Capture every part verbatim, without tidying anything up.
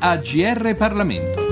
A G R Parlamento.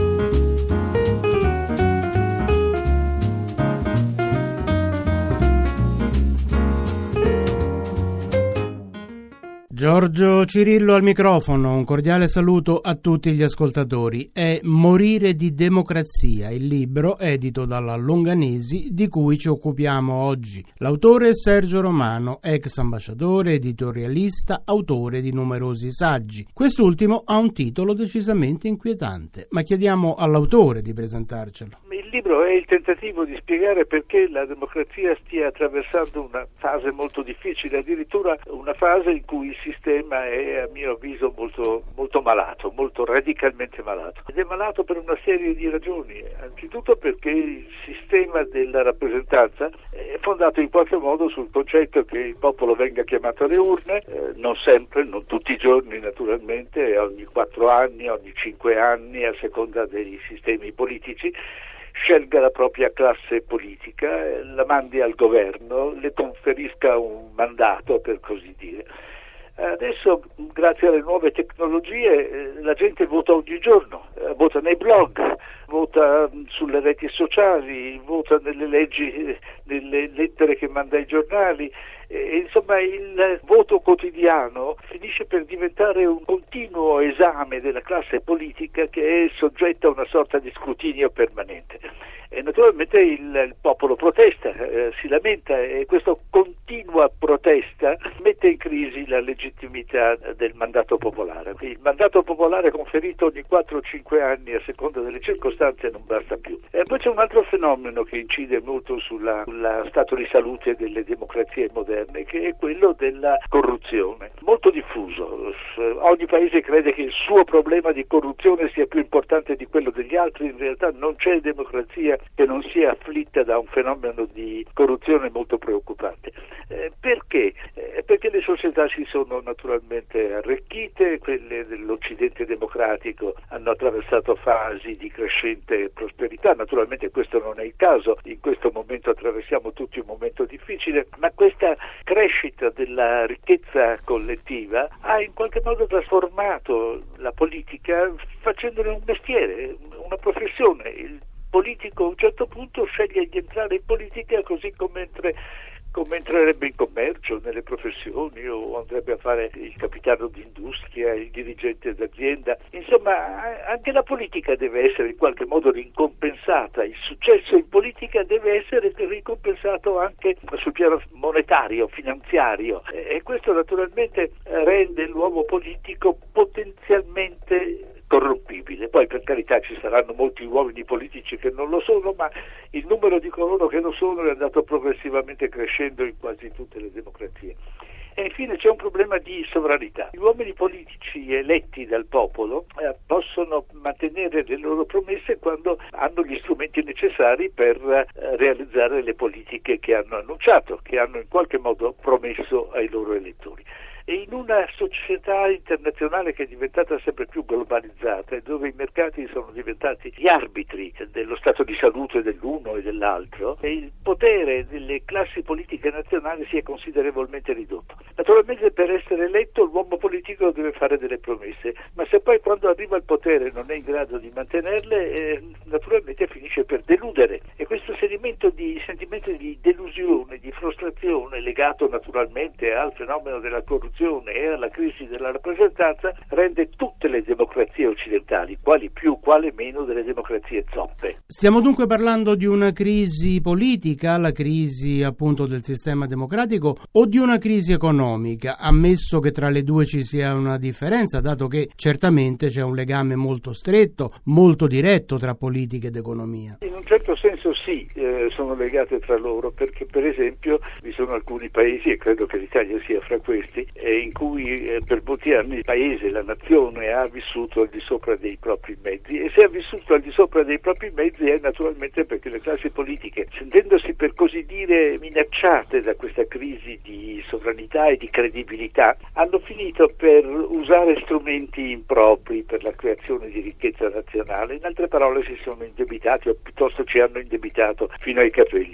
Giorgio Cirillo al microfono, un cordiale saluto a tutti gli ascoltatori. È Morire di democrazia, il libro edito dalla Longanesi di cui ci occupiamo oggi. L'autore è Sergio Romano, ex ambasciatore, editorialista, autore di numerosi saggi. Quest'ultimo ha un titolo decisamente inquietante, ma chiediamo all'autore di presentarcelo. Il libro è il tentativo di spiegare perché la democrazia stia attraversando una fase molto difficile, addirittura una fase in cui il sistema è, a mio avviso, molto, molto malato, molto radicalmente malato. Ed è malato per una serie di ragioni. Anzitutto perché il sistema della rappresentanza è fondato in qualche modo sul concetto che il popolo venga chiamato alle urne, eh, non sempre, non tutti i giorni naturalmente, ogni quattro anni, ogni cinque anni, a seconda dei sistemi politici, scelga la propria classe politica, la mandi al governo, le conferisca un mandato, per così dire. Adesso, grazie alle nuove tecnologie, la gente vota ogni giorno, vota nei blog, vota sulle reti sociali, vota nelle leggi, nelle lettere che manda ai giornali. E, insomma, il voto quotidiano finisce per diventare un continuo esame della classe politica che è soggetta a una sorta di scrutinio permanente. E naturalmente il, il popolo protesta, eh, si lamenta, e questa continua protesta mette in crisi la legittimità del mandato popolare. Il mandato popolare conferito ogni quattro o cinque anni a seconda delle circostanze non basta più. E poi c'è un altro fenomeno che incide molto sulla, sulla stato di salute delle democrazie moderne, che è quello della corruzione, molto diffuso. Ogni paese crede che il suo problema di corruzione sia più importante di quello degli altri. In realtà non c'è democrazia che non sia afflitta da un fenomeno di corruzione molto preoccupante. Eh, perché? Eh, perché le società si sono naturalmente arricchite, quelle dell'Occidente democratico hanno attraversato fasi di crescente prosperità. Naturalmente questo non è il caso, in questo momento attraversiamo tutti un momento difficile, ma questa crescita della ricchezza collettiva ha in qualche modo trasformato la politica facendone un mestiere, una professione. Il politico a un certo punto sceglie di entrare in politica così come, entre, come entrerebbe in commercio, nelle professioni, o andrebbe a fare il capitano d'industria, il dirigente d'azienda. Insomma, anche la politica deve essere in qualche modo ricompensata. Il successo in politica deve essere ricompensato anche sul piano monetario, finanziario, e questo naturalmente rende l'uomo politico potenzialmente corrompibile. Poi, per carità, ci saranno molti uomini politici che non lo sono, ma il numero di coloro che lo sono è andato progressivamente crescendo in quasi tutte le democrazie. E infine c'è un problema di sovranità. Gli uomini politici eletti dal popolo eh, possono mantenere le loro promesse quando hanno gli strumenti necessari per eh, realizzare le politiche che hanno annunciato, che hanno in qualche modo promesso ai loro elettori. E in una società internazionale che è diventata sempre più globalizzata e dove i mercati sono diventati gli arbitri dello stato di salute dell'uno e dell'altro, e il potere delle classi politiche nazionali si è considerevolmente ridotto. Naturalmente, per essere eletto l'uomo politico deve fare delle promesse, ma se poi quando arriva al potere non è in grado di mantenerle, eh, naturalmente finisce per deludere. E questo sentimento di, sentimento di delusione, di frustrazione, legato naturalmente al fenomeno della corruzione e alla crisi della rappresentanza, rende tutte le democrazie occidentali, quali più, quale meno, delle democrazie zoppe. Stiamo dunque parlando di una crisi politica, la crisi appunto del sistema democratico, o di una crisi economica, ammesso che tra le due ci sia una differenza, dato che certamente c'è un legame molto stretto, molto diretto tra politica ed economia. In un certo senso sì, eh, sono legate tra loro, perché per esempio vi sono alcuni paesi, e credo che l'Italia sia fra questi, in cui eh, per molti anni il paese, la nazione, ha vissuto al di sopra dei propri mezzi, e se ha vissuto al di sopra dei propri mezzi è naturalmente perché le classi politiche, sentendosi per così dire minacciate da questa crisi di sovranità e di credibilità, hanno finito per usare strumenti impropri per la creazione di ricchezza nazionale. In altre parole, si sono indebitati, o piuttosto ci hanno indebitato fino ai capelli. E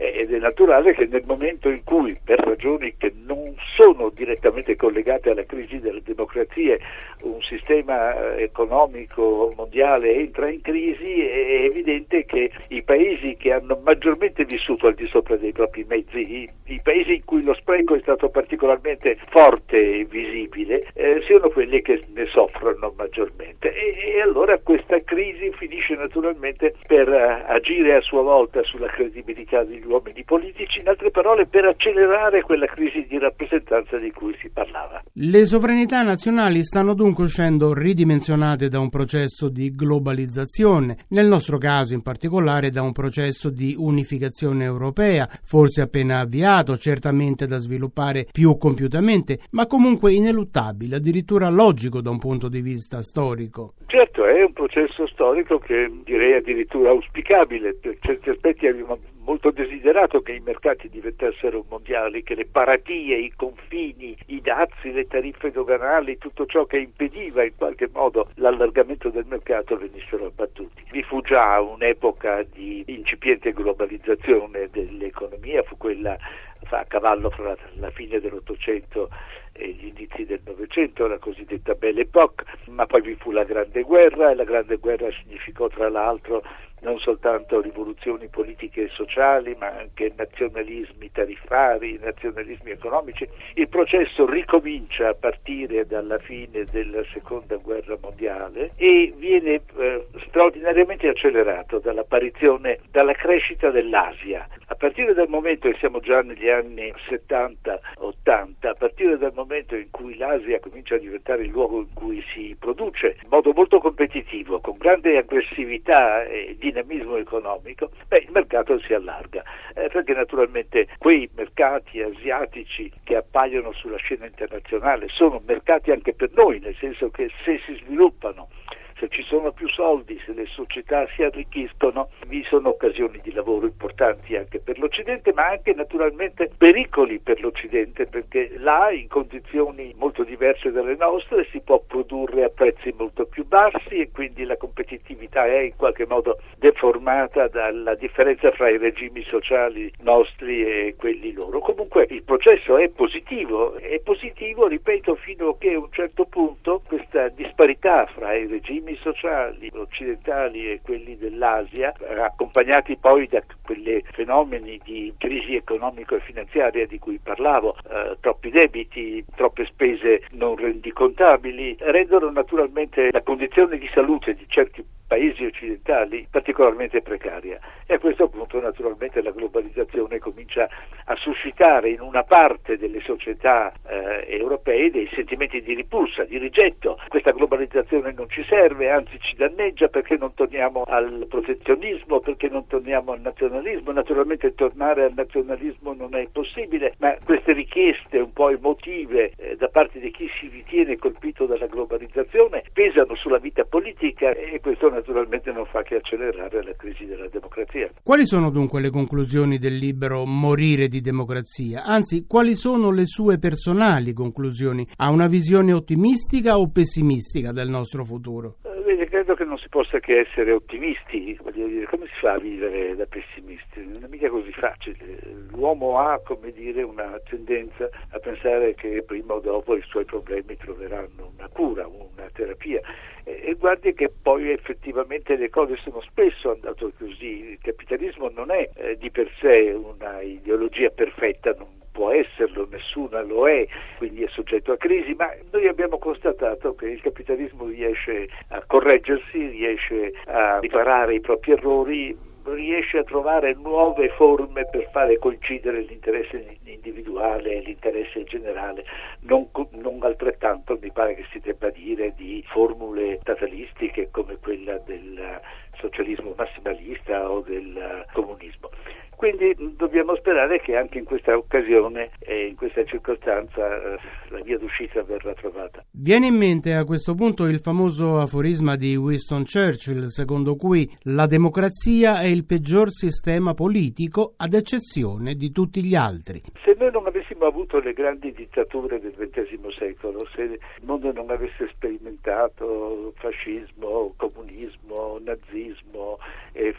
ed è naturale che nel momento in cui, per ragioni che non sono direttamente collegate alla crisi delle democrazie, un sistema economico mondiale entra in crisi, è evidente che i paesi che hanno maggiormente vissuto al di sopra dei propri mezzi, i, i paesi in cui lo spreco è stato particolarmente forte e visibile, eh, siano quelli che ne soffrono maggiormente. E, e allora questa crisi finisce naturalmente per uh, agire a sua volta sulla credibilità degli uomini politici, in altre parole per accelerare quella crisi di rappresentanza di cui si parlava. Le sovranità nazionali stanno dunque uscendo ridimensionate da un processo di globalizzazione, nel nostro caso in particolare da un processo di unificazione europea, forse appena avviato, certamente da sviluppare più compiutamente, ma comunque ineluttabile, addirittura logico da un punto di vista storico. Certo, è un processo storico che direi addirittura auspicabile. Per certi aspetti abbiamo molto desiderato che i mercati diventassero mondiali, che le paratie, i confini, i dazi, le tariffe doganali, tutto ciò che impediva in qualche modo l'allargamento del mercato venissero abbattuti. Vi fu già un'epoca di incipiente globalizzazione dell'economia, fu quella a cavallo fra la fine dell'Ottocento e gli inizi del Novecento, la cosiddetta Belle Époque, ma poi vi fu la Grande Guerra, e la Grande Guerra significò tra l'altro non soltanto rivoluzioni politiche e sociali, ma anche nazionalismi tariffari, nazionalismi economici. Il processo ricomincia a partire dalla fine della Seconda Guerra Mondiale e viene eh, straordinariamente accelerato dall'apparizione, dalla crescita dell'Asia. A partire dal momento, e siamo già negli anni settanta ottanta, a partire dal momento in cui l'Asia comincia a diventare il luogo in cui si produce in modo molto competitivo, con grande aggressività e dinamismo economico, beh, il mercato si allarga, eh, perché naturalmente quei mercati asiatici che appaiono sulla scena internazionale sono mercati anche per noi, nel senso che se si sviluppano, se ci sono più soldi, se le società si arricchiscono, vi sono occasioni di lavoro importanti anche per l'Occidente, ma anche naturalmente pericoli per l'Occidente, perché là, in condizioni molto diverse dalle nostre, si può produrre a prezzi molto più bassi e quindi la competitività è in qualche modo deformata dalla differenza fra i regimi sociali nostri e quelli loro. Comunque il processo è positivo, è positivo, ripeto, fino a che a un certo punto questa disparità fra i regimi sociali occidentali e quelli dell'Asia, accompagnati poi da quei fenomeni di crisi economico e finanziaria di cui parlavo, eh, troppi debiti, troppe spese non rendicontabili, rendono naturalmente la condizione di salute di certi paesi occidentali particolarmente precaria, e a questo punto naturalmente la globalizzazione comincia a suscitare in una parte delle società eh, europee dei sentimenti di ripulsa, di rigetto. Questa globalizzazione non ci serve, anzi ci danneggia, perché non torniamo al protezionismo, perché non torniamo al nazionalismo. Naturalmente tornare al nazionalismo non è possibile, ma queste richieste un po' emotive eh, da parte di chi si ritiene colpito dalla globalizzazione pesano sulla vita politica, e questo naturalmente non fa che accelerare la crisi della democrazia. Quali sono dunque le conclusioni del libro Morire di democrazia? Anzi, quali sono le sue personali conclusioni? Ha una visione ottimistica o pessimistica del nostro futuro? Vede, credo che non si possa che essere ottimisti. Voglio dire, come si fa a vivere da pessimisti? Non è mica così facile. L'uomo ha, come dire, una tendenza a pensare che prima o dopo i suoi problemi troveranno una cura, una terapia. E, e guardi che poi effettivamente le cose sono spesso andate così. Il capitalismo non è eh, di per sé una ideologia perfetta, non può esserlo, nessuna lo è, quindi è soggetto a crisi, ma noi abbiamo constatato che il capitalismo riesce a correggersi, riesce a riparare i propri errori, riesce a trovare nuove forme per fare coincidere l'interesse individuale e l'interesse generale, non, non altrettanto mi pare che si debba dire di formule statalistiche come quella del socialismo massimalista o del comunismo. Quindi dobbiamo sperare che anche in questa occasione e in questa circostanza eh, la via d'uscita verrà trovata. Viene in mente a questo punto il famoso aforisma di Winston Churchill, secondo cui la democrazia è il peggior sistema politico ad eccezione di tutti gli altri. Se noi non avessimo avuto le grandi dittature del ventesimo secolo, se il mondo non avesse sperimentato fascismo, comunismo, nazismo e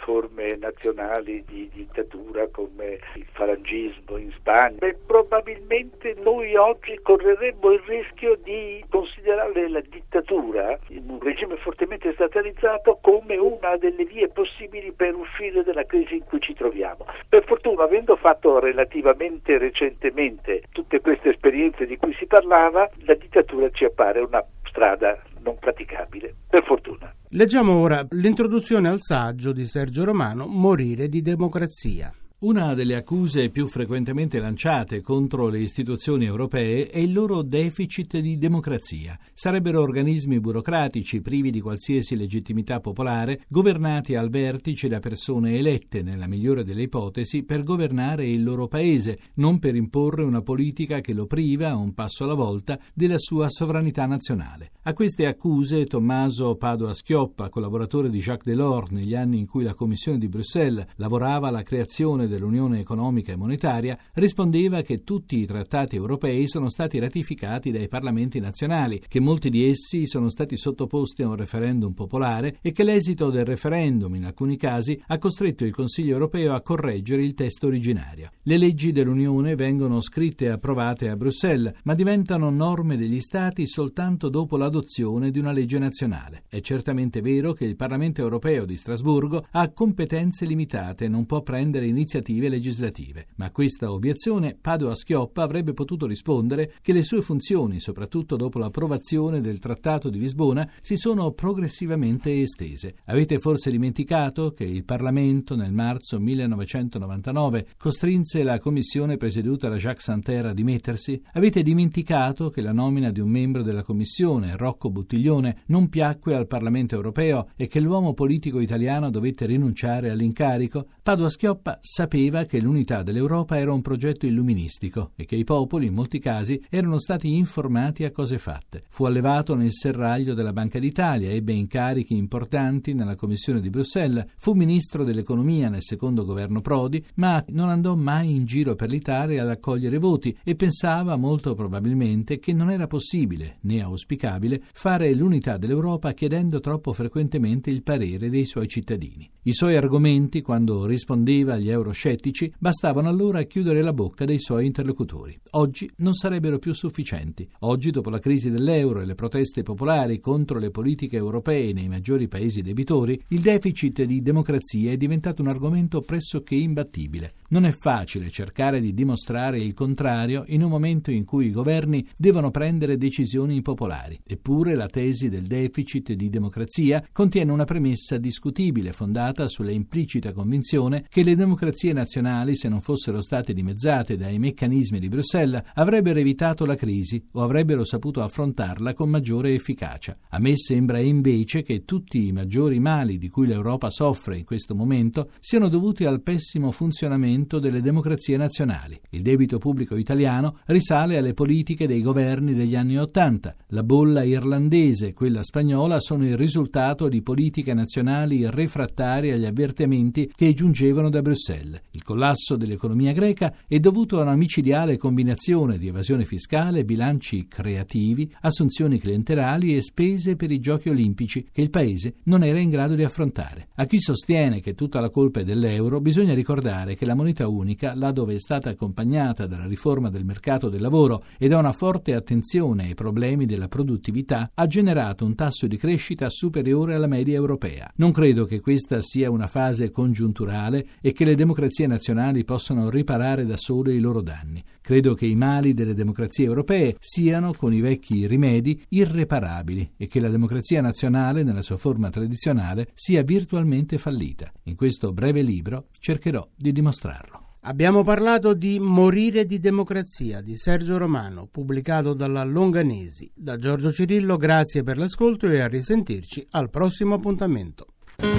forme nazionali di dittatura come il falangismo in Spagna. Beh, probabilmente noi oggi correremmo il rischio di considerare la dittatura in un regime fortemente statalizzato come una delle vie possibili per uscire dalla crisi in cui ci troviamo. Per fortuna, avendo fatto relativamente recentemente tutte queste esperienze di cui si parlava, la dittatura ci appare una strada non praticabile, per fortuna. Leggiamo ora l'introduzione al saggio di Sergio Romano, Morire di democrazia. Una delle accuse più frequentemente lanciate contro le istituzioni europee è il loro deficit di democrazia. Sarebbero organismi burocratici privi di qualsiasi legittimità popolare, governati al vertice da persone elette, nella migliore delle ipotesi, per governare il loro paese, non per imporre una politica che lo priva, un passo alla volta, della sua sovranità nazionale. A queste accuse Tommaso Padoa-Schioppa, collaboratore di Jacques Delors negli anni in cui la Commissione di Bruxelles lavorava alla creazione dell'Unione Economica e Monetaria, rispondeva che tutti i trattati europei sono stati ratificati dai parlamenti nazionali, che molti di essi sono stati sottoposti a un referendum popolare e che l'esito del referendum, in alcuni casi, ha costretto il Consiglio europeo a correggere il testo originario. Le leggi dell'Unione vengono scritte e approvate a Bruxelles, ma diventano norme degli Stati soltanto dopo l'adozione di una legge nazionale. È certamente vero che il Parlamento europeo di Strasburgo ha competenze limitate e non può prendere iniziative legislative, ma a questa obiezione Padoa-Schioppa avrebbe potuto rispondere che le sue funzioni, soprattutto dopo l'approvazione del Trattato di Lisbona, si sono progressivamente estese. Avete forse dimenticato che il Parlamento nel marzo millenovecentonovantanove costrinse la Commissione presieduta da Jacques Santer a dimettersi? Avete dimenticato che la nomina di un membro della Commissione, Rocco Buttiglione, non piacque al Parlamento europeo e che l'uomo politico italiano dovette rinunciare all'incarico? Padoa-Schioppa sapeva che l'unità dell'Europa era un progetto illuministico e che i popoli, in molti casi, erano stati informati a cose fatte. Fu allevato nel serraglio della Banca d'Italia, ebbe incarichi importanti nella Commissione di Bruxelles, fu ministro dell'economia nel secondo governo Prodi, ma non andò mai in giro per l'Italia ad accogliere voti e pensava molto probabilmente che non era possibile, né auspicabile, fare l'unità dell'Europa chiedendo troppo frequentemente il parere dei suoi cittadini. I suoi argomenti, quando rispondeva agli euroscettici, bastavano allora a chiudere la bocca dei suoi interlocutori. Oggi non sarebbero più sufficienti. Oggi, dopo la crisi dell'euro e le proteste popolari contro le politiche europee nei maggiori paesi debitori, il deficit di democrazia è diventato un argomento pressoché imbattibile. Non è facile cercare di dimostrare il contrario in un momento in cui i governi devono prendere decisioni impopolari. Eppure la tesi del deficit di democrazia contiene una premessa discutibile fondata sulla implicita convinzione che le democrazie nazionali, se non fossero state dimezzate dai meccanismi di Bruxelles, avrebbero evitato la crisi o avrebbero saputo affrontarla con maggiore efficacia. A me sembra invece che tutti i maggiori mali di cui l'Europa soffre in questo momento siano dovuti al pessimo funzionamento delle democrazie nazionali. Il debito pubblico italiano risale alle politiche dei governi degli anni Ottanta. La bolla irlandese e quella spagnola sono il risultato di politiche nazionali refrattarie agli avvertimenti che giungevano da Bruxelles. Il collasso dell'economia greca è dovuto a una micidiale combinazione di evasione fiscale, bilanci creativi, assunzioni clientelari e spese per i giochi olimpici che il paese non era in grado di affrontare. A chi sostiene che tutta la colpa è dell'euro, bisogna ricordare che la moneta unica, là dove è stata accompagnata dalla riforma del mercato del lavoro e da una forte attenzione ai problemi della produttività, ha generato un tasso di crescita superiore alla media europea. Non credo che questa sia una fase congiunturale e che le democrazie nazionali possano riparare da sole i loro danni. Credo che i mali delle democrazie europee siano, con i vecchi rimedi, irreparabili e che la democrazia nazionale, nella sua forma tradizionale, sia virtualmente fallita. In questo breve libro cercherò di dimostrarlo. Abbiamo parlato di Morire di democrazia di Sergio Romano, pubblicato dalla Longanesi. Da Giorgio Cirillo, grazie per l'ascolto e a risentirci al prossimo appuntamento.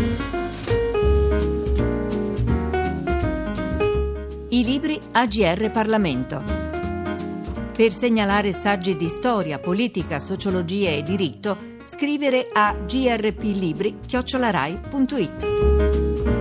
I libri A G R Parlamento. Per segnalare saggi di storia, politica, sociologia e diritto, scrivere a grplibri chiocciola rai punto it.